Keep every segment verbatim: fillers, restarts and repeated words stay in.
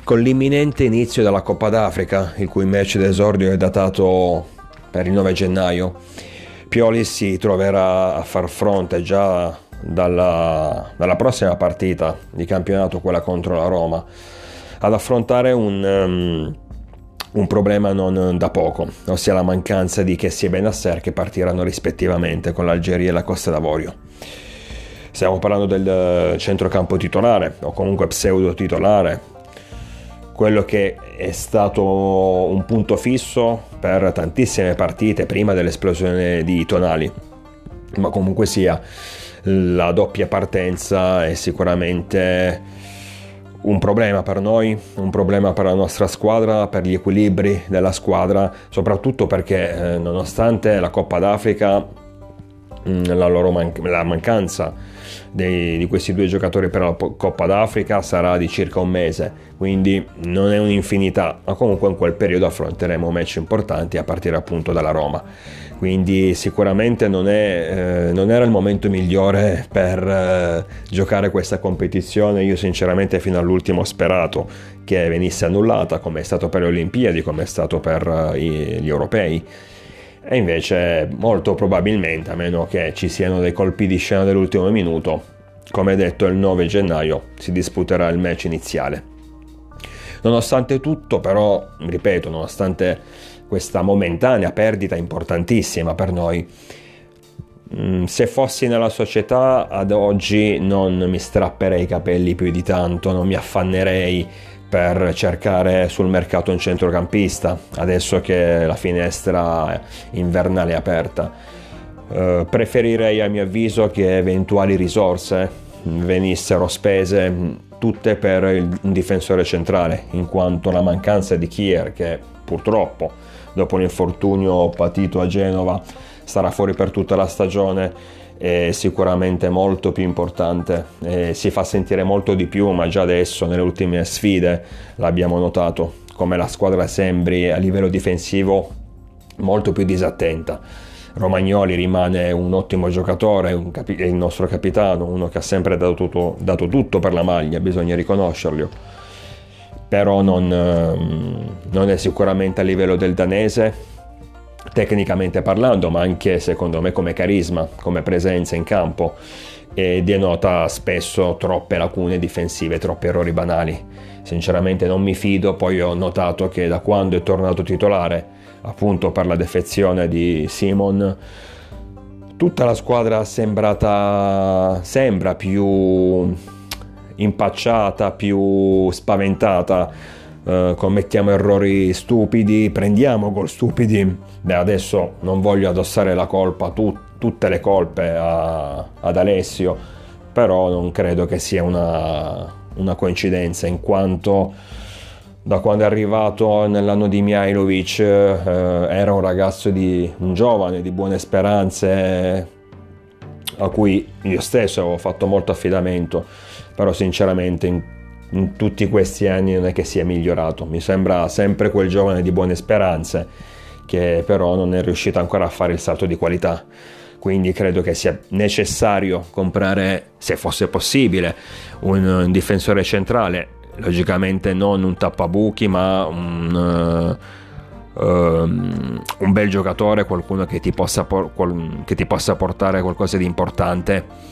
con l'imminente inizio della Coppa d'Africa, il cui match d'esordio è datato per il nove gennaio, Pioli si troverà a far fronte già dalla, dalla prossima partita di campionato, quella contro la Roma, ad affrontare un, um, un problema non da poco, ossia la mancanza di Kessie e Benasser, che partiranno rispettivamente con l'Algeria e la Costa d'Avorio. Stiamo parlando del centrocampo titolare, o comunque pseudo titolare, quello che è stato un punto fisso per tantissime partite prima dell'esplosione di Tonali, ma comunque sia, la doppia partenza è sicuramente un problema per noi, un problema per la nostra squadra, per gli equilibri della squadra, soprattutto perché eh, nonostante la Coppa d'Africa, mh, la loro man- la mancanza dei, di questi due giocatori per la Coppa d'Africa sarà di circa un mese, quindi non è un'infinità, ma comunque in quel periodo affronteremo match importanti a partire appunto dalla Roma, quindi sicuramente non, è, eh, non era il momento migliore per eh, giocare questa competizione. Io sinceramente fino all'ultimo ho sperato che venisse annullata, come è stato per le Olimpiadi, come è stato per eh, gli europei, e invece molto probabilmente, a meno che ci siano dei colpi di scena dell'ultimo minuto, come detto il nove gennaio si disputerà il match iniziale. Nonostante tutto, però, ripeto, nonostante questa momentanea perdita importantissima per noi, se fossi nella società ad oggi non mi strapperei i capelli più di tanto, non mi affannerei per cercare sul mercato un centrocampista adesso che la finestra invernale è aperta. Eh, preferirei, a mio avviso, che eventuali risorse venissero spese tutte per il, un difensore centrale, in quanto la mancanza di Kier, che purtroppo dopo l'infortunio patito a Genova starà fuori per tutta la stagione, è sicuramente molto più importante, e si fa sentire molto di più, ma già adesso nelle ultime sfide l'abbiamo notato come la squadra sembri a livello difensivo molto più disattenta. Romagnoli rimane un ottimo giocatore, un capi- è il nostro capitano, uno che ha sempre dato tutto, dato tutto per la maglia, bisogna riconoscerlo, però non, non è sicuramente a livello del danese tecnicamente parlando, ma anche secondo me come carisma, come presenza in campo, e denota spesso troppe lacune difensive, troppi errori banali. Sinceramente non mi fido. Poi ho notato che da quando è tornato titolare, appunto per la defezione di Simon, tutta la squadra è sembrata sembra più impacciata, più spaventata. Uh, commettiamo errori stupidi, prendiamo gol stupidi. Beh, adesso non voglio addossare la colpa, tu, tutte le colpe a, ad Alessio, però non credo che sia una, una coincidenza, in quanto da quando è arrivato nell'anno di Mihajlovic uh, era un ragazzo di un giovane di buone speranze, a cui io stesso avevo fatto molto affidamento, però sinceramente in in tutti questi anni non è che sia migliorato. Mi sembra sempre quel giovane di buone speranze che però non è riuscito ancora a fare il salto di qualità, quindi credo che sia necessario comprare, se fosse possibile, un, un difensore centrale, logicamente non un tappabuchi, ma un, uh, um, un bel giocatore, qualcuno che ti possa, por- qual- che ti possa portare qualcosa di importante,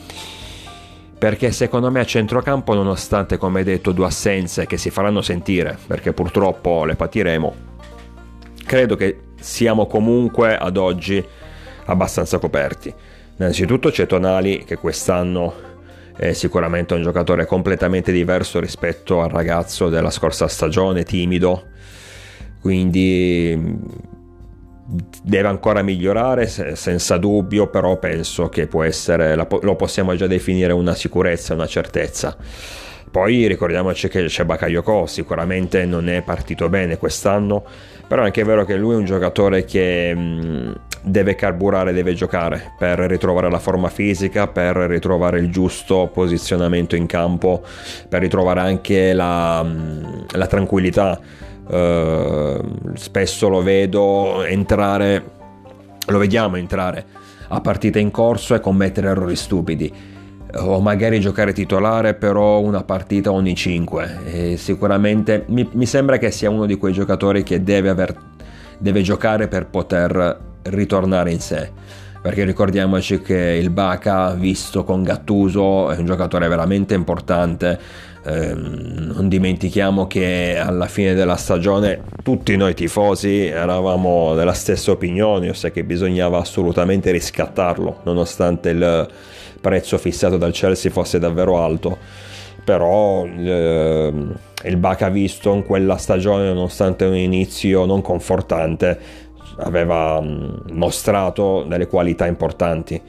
perché secondo me a centrocampo, nonostante, come detto, due assenze che si faranno sentire, perché purtroppo le patiremo, credo che siamo comunque ad oggi abbastanza coperti. Innanzitutto c'è Tonali, che quest'anno è sicuramente un giocatore completamente diverso rispetto al ragazzo della scorsa stagione, timido, quindi deve ancora migliorare senza dubbio, però penso che può essere, lo possiamo già definire una sicurezza, una certezza. Poi ricordiamoci che c'è Bakayoko, sicuramente non è partito bene quest'anno, però è anche vero che lui è un giocatore che mh, deve carburare, deve giocare per ritrovare la forma fisica, per ritrovare il giusto posizionamento in campo, per ritrovare anche la, mh, la tranquillità. Uh, spesso lo vedo entrare, lo vediamo entrare a partita in corso e commettere errori stupidi. o magari giocare titolare però una partita ogni cinque. E sicuramente mi, mi sembra che sia uno di quei giocatori che deve, aver, deve giocare per poter ritornare in sé, perché ricordiamoci che il Baca, visto con Gattuso, è un giocatore veramente importante. Eh, non dimentichiamo che alla fine della stagione tutti noi tifosi eravamo della stessa opinione, ossia che bisognava assolutamente riscattarlo, nonostante il prezzo fissato dal Chelsea fosse davvero alto. Però eh, il Baca, visto in quella stagione, nonostante un inizio non confortante, aveva mostrato delle qualità importanti.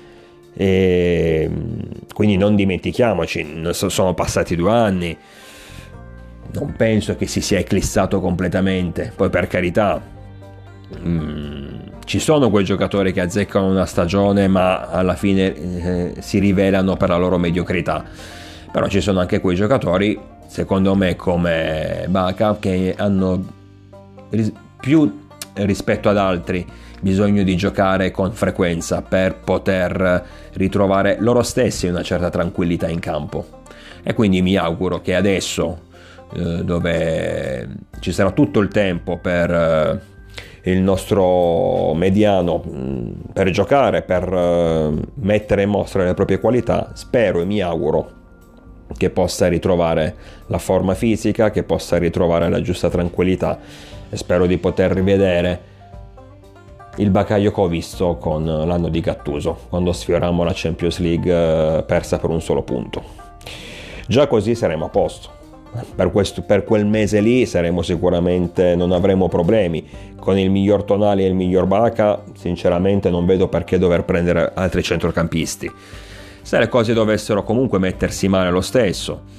E quindi non dimentichiamoci, sono passati due anni, non penso che si sia eclissato completamente. Poi, per carità, mh, ci sono quei giocatori che azzeccano una stagione ma alla fine eh, si rivelano per la loro mediocrità, però ci sono anche quei giocatori, secondo me, come Baca, che hanno ris- più rispetto ad altri bisogno di giocare con frequenza per poter ritrovare loro stessi una certa tranquillità in campo. E quindi mi auguro che adesso, eh, dove ci sarà tutto il tempo per eh, il nostro mediano mh, per giocare, per eh, mettere in mostra le proprie qualità, spero e mi auguro che possa ritrovare la forma fisica, che possa ritrovare la giusta tranquillità, e spero di poter rivedere il Bakayo che ho visto con l'anno di Gattuso, quando sfiorammo la Champions League persa per un solo punto. Già così saremo a posto. Per, questo, per quel mese lì saremo sicuramente, non avremo problemi. Con il miglior Tonali e il miglior Baka, sinceramente non vedo perché dover prendere altri centrocampisti. Se le cose dovessero comunque mettersi male lo stesso,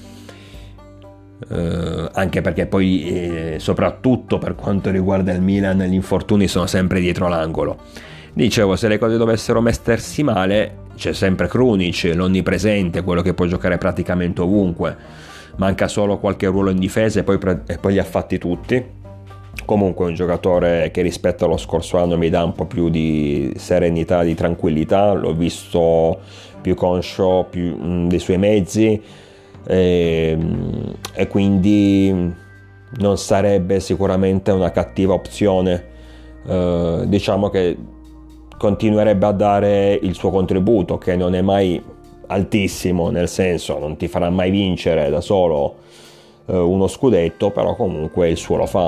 Uh, anche perché poi eh, soprattutto per quanto riguarda il Milan, gli infortuni sono sempre dietro l'angolo. Dicevo, se le cose dovessero mettersi male, c'è sempre Krunic, l'onnipresente, quello che può giocare praticamente ovunque, manca solo qualche ruolo in difesa e poi, pre- e poi li ha fatti tutti. Comunque è un giocatore che rispetto allo scorso anno mi dà un po' più di serenità, di tranquillità, l'ho visto più conscio più, mh, dei suoi mezzi. E, e quindi non sarebbe sicuramente una cattiva opzione. Eh, diciamo che continuerebbe a dare il suo contributo, che non è mai altissimo, nel senso non ti farà mai vincere da solo eh, uno scudetto, però comunque il suo lo fa.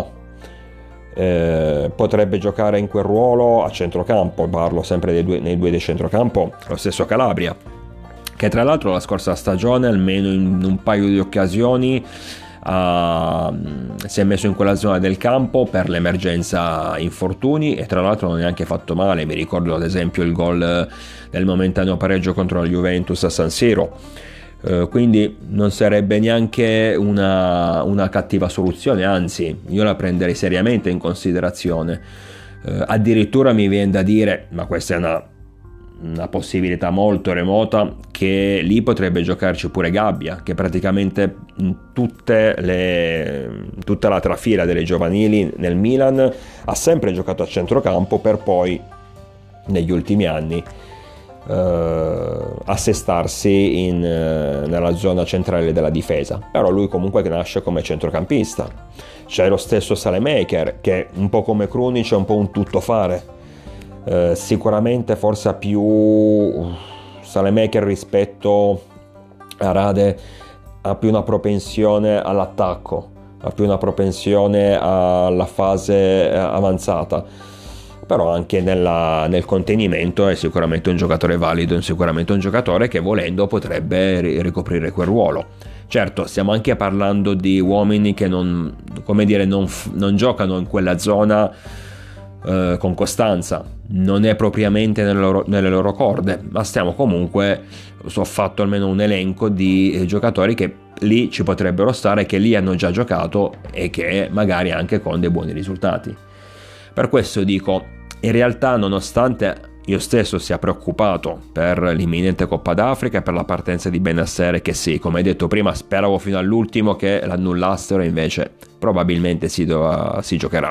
Eh, potrebbe giocare in quel ruolo a centrocampo, parlo sempre dei due, nei due di centrocampo, lo stesso Calabria, che tra l'altro la scorsa stagione almeno in un paio di occasioni uh, si è messo in quella zona del campo per l'emergenza infortuni, e tra l'altro non è neanche fatto male. Mi ricordo ad esempio il gol del momentaneo pareggio contro la Juventus a San Siro, uh, quindi non sarebbe neanche una, una cattiva soluzione, anzi io la prenderei seriamente in considerazione. Uh, addirittura mi viene da dire, ma questa è una una possibilità molto remota, che lì potrebbe giocarci pure Gabbia, che praticamente in tutte le, tutta la trafila delle giovanili nel Milan ha sempre giocato a centrocampo, per poi negli ultimi anni eh, assestarsi in, eh, nella zona centrale della difesa. Però lui comunque nasce come centrocampista. C'è lo stesso Salemaker, che un po' come Krunic è un po' un tuttofare. Uh, sicuramente forse ha più Salemaker rispetto a Rade, ha più una propensione all'attacco, ha più una propensione alla fase avanzata, però anche nella, nel contenimento è sicuramente un giocatore valido, è sicuramente un giocatore che volendo potrebbe ricoprire quel ruolo. Certo, stiamo anche parlando di uomini che non, come dire, non, non giocano in quella zona Uh, con costanza, non è propriamente nelle loro, nelle loro corde, ma stiamo comunque, ho fatto almeno un elenco di eh, giocatori che lì ci potrebbero stare, che lì hanno già giocato e che magari anche con dei buoni risultati. Per questo dico, in realtà, nonostante io stesso sia preoccupato per l'imminente Coppa d'Africa e per la partenza di Bennacer, che sì, come detto prima, speravo fino all'ultimo che l'annullassero, invece probabilmente si, do, si giocherà.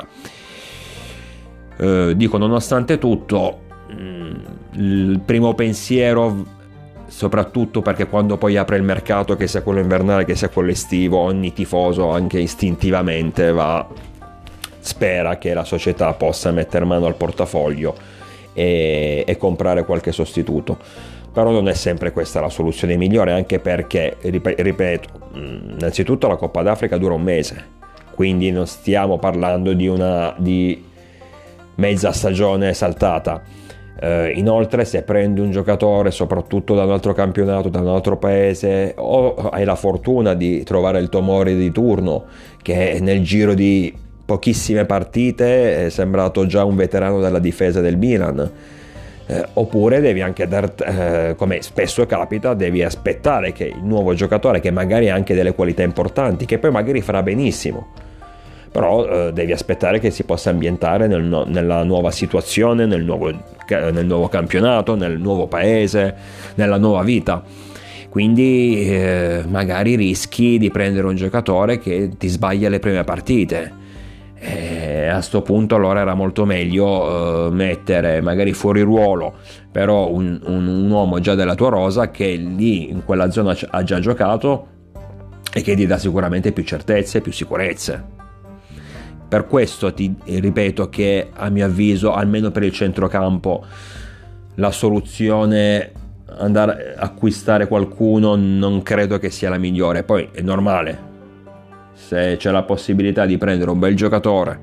Uh, dico, nonostante tutto, mh, il primo pensiero soprattutto perché quando poi apre il mercato, che sia quello invernale che sia quello estivo, ogni tifoso anche istintivamente va, spera che la società possa mettere mano al portafoglio e, e comprare qualche sostituto. Però non è sempre questa la soluzione migliore, anche perché, ripeto, innanzitutto la Coppa d'Africa dura un mese, quindi non stiamo parlando di una di mezza stagione saltata. Uh, inoltre, se prendi un giocatore soprattutto da un altro campionato, da un altro paese, o hai la fortuna di trovare il Tomori di turno, che nel giro di pochissime partite è sembrato già un veterano della difesa del Milan, uh, oppure devi anche dar, uh, come spesso capita, devi aspettare che il nuovo giocatore, che magari ha anche delle qualità importanti, che poi magari farà benissimo, però eh, devi aspettare che si possa ambientare nel no, nella nuova situazione, nel nuovo, nel nuovo campionato, nel nuovo paese, nella nuova vita. Quindi eh, magari rischi di prendere un giocatore che ti sbaglia le prime partite. E a sto punto allora era molto meglio eh, mettere magari fuori ruolo però un, un, un uomo già della tua rosa, che lì in quella zona ha già giocato e che ti dà sicuramente più certezze, più sicurezze. Per questo ti ripeto che, a mio avviso, almeno per il centrocampo, la soluzione andare a acquistare qualcuno non credo che sia la migliore. Poi è normale, se c'è la possibilità di prendere un bel giocatore,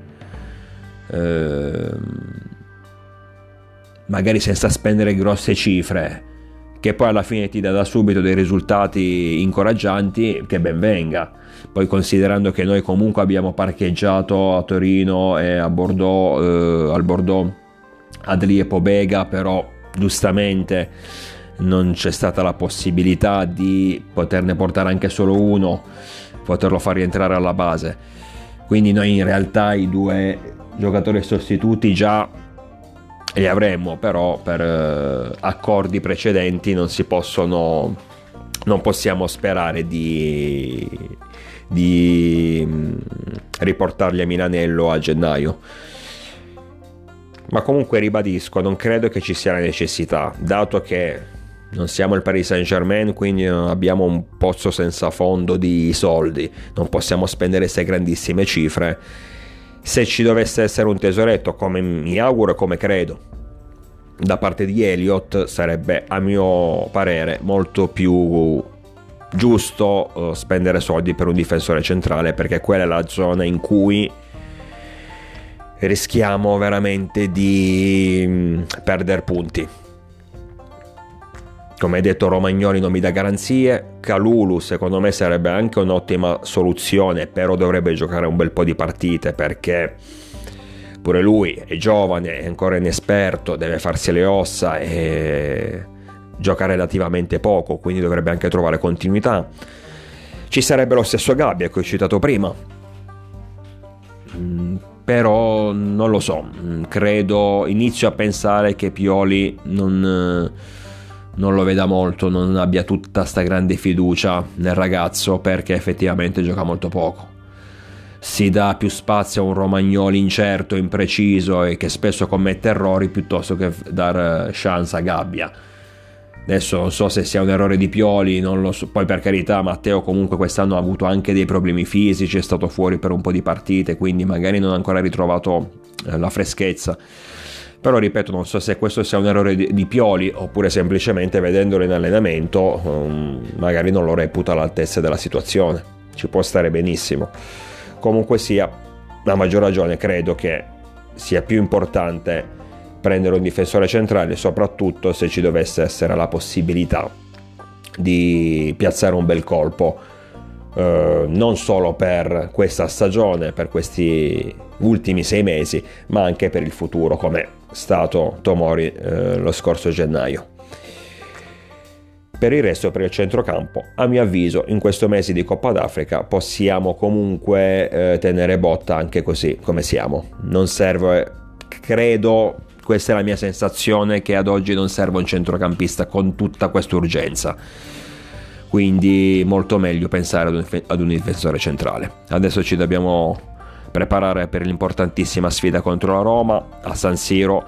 ehm, magari senza spendere grosse cifre, che poi alla fine ti dà da subito dei risultati incoraggianti, che ben venga. Poi, considerando che noi comunque abbiamo parcheggiato a Torino e a Bordeaux, eh, al Bordeaux Adli e Pobega, però giustamente non c'è stata la possibilità di poterne portare anche solo uno, poterlo far rientrare alla base. Quindi noi in realtà i due giocatori sostituti già li avremmo, però per eh, accordi precedenti non si possono, non possiamo sperare di, di riportarli a Milanello a gennaio. Ma comunque ribadisco, non credo che ci sia la necessità, dato che non siamo il Paris Saint-Germain, quindi non abbiamo un pozzo senza fondo di soldi, non possiamo spendere queste grandissime cifre. Se ci dovesse essere un tesoretto, come mi auguro e come credo, da parte di Elliott, sarebbe a mio parere molto più giusto uh, spendere soldi per un difensore centrale, perché quella è la zona in cui rischiamo veramente di mh, perdere punti. Come detto, Romagnoli non mi dà garanzie. Kalulu secondo me sarebbe anche un'ottima soluzione, però dovrebbe giocare un bel po' di partite, perché pure lui è giovane, è ancora inesperto, deve farsi le ossa e gioca relativamente poco, quindi dovrebbe anche trovare continuità. Ci sarebbe lo stesso Gabbia che ho citato prima, mm, però non lo so, credo, inizio a pensare che Pioli non... non lo veda molto, non abbia tutta sta grande fiducia nel ragazzo, perché effettivamente gioca molto poco. Si dà più spazio a un Romagnoli incerto, impreciso e che spesso commette errori, piuttosto che dar chance a Gabbia. Adesso non so se sia un errore di Pioli, non lo so. Poi, per carità, Matteo comunque quest'anno ha avuto anche dei problemi fisici, è stato fuori per un po' di partite, quindi magari non ha ancora ritrovato la freschezza. Però ripeto, non so se questo sia un errore di, di Pioli, oppure semplicemente vedendolo in allenamento um, magari non lo reputa all'altezza della situazione. Ci può stare benissimo. Comunque sia, a maggior ragione credo che sia più importante prendere un difensore centrale, soprattutto se ci dovesse essere la possibilità di piazzare un bel colpo, eh, non solo per questa stagione, per questi ultimi sei mesi, ma anche per il futuro, come è stato Tomori eh, lo scorso gennaio. Per il resto, per il centrocampo, a mio avviso, in questo mese di Coppa d'Africa possiamo comunque eh, tenere botta anche così come siamo. Non serve, credo, questa è la mia sensazione, che ad oggi non serve un centrocampista con tutta questa urgenza. Quindi molto meglio pensare ad un, ad un difensore centrale. Adesso ci dobbiamo preparare per l'importantissima sfida contro la Roma a San Siro,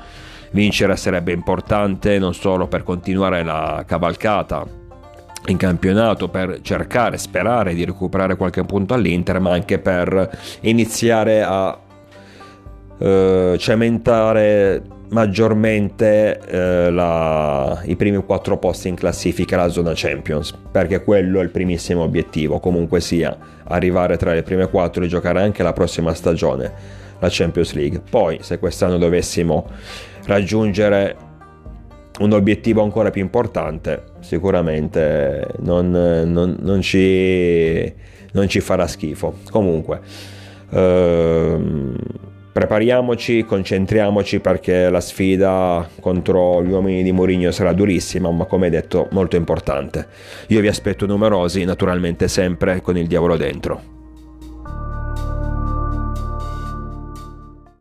Vincere sarebbe importante non solo per continuare la cavalcata in campionato, per cercare, sperare di recuperare qualche punto all'Inter, ma anche per iniziare a eh, cementare maggiormente eh, la, i primi quattro posti in classifica, la zona Champions, perché quello è il primissimo obiettivo, comunque sia, arrivare tra le prime quattro e giocare anche la prossima stagione la Champions League. Poi se quest'anno dovessimo raggiungere un obiettivo ancora più importante, sicuramente non, non, non, ci, non ci farà schifo. Comunque ehm, prepariamoci, concentriamoci, perché la sfida contro gli uomini di Mourinho sarà durissima, ma come detto molto importante. Io vi aspetto numerosi, naturalmente sempre con il diavolo dentro.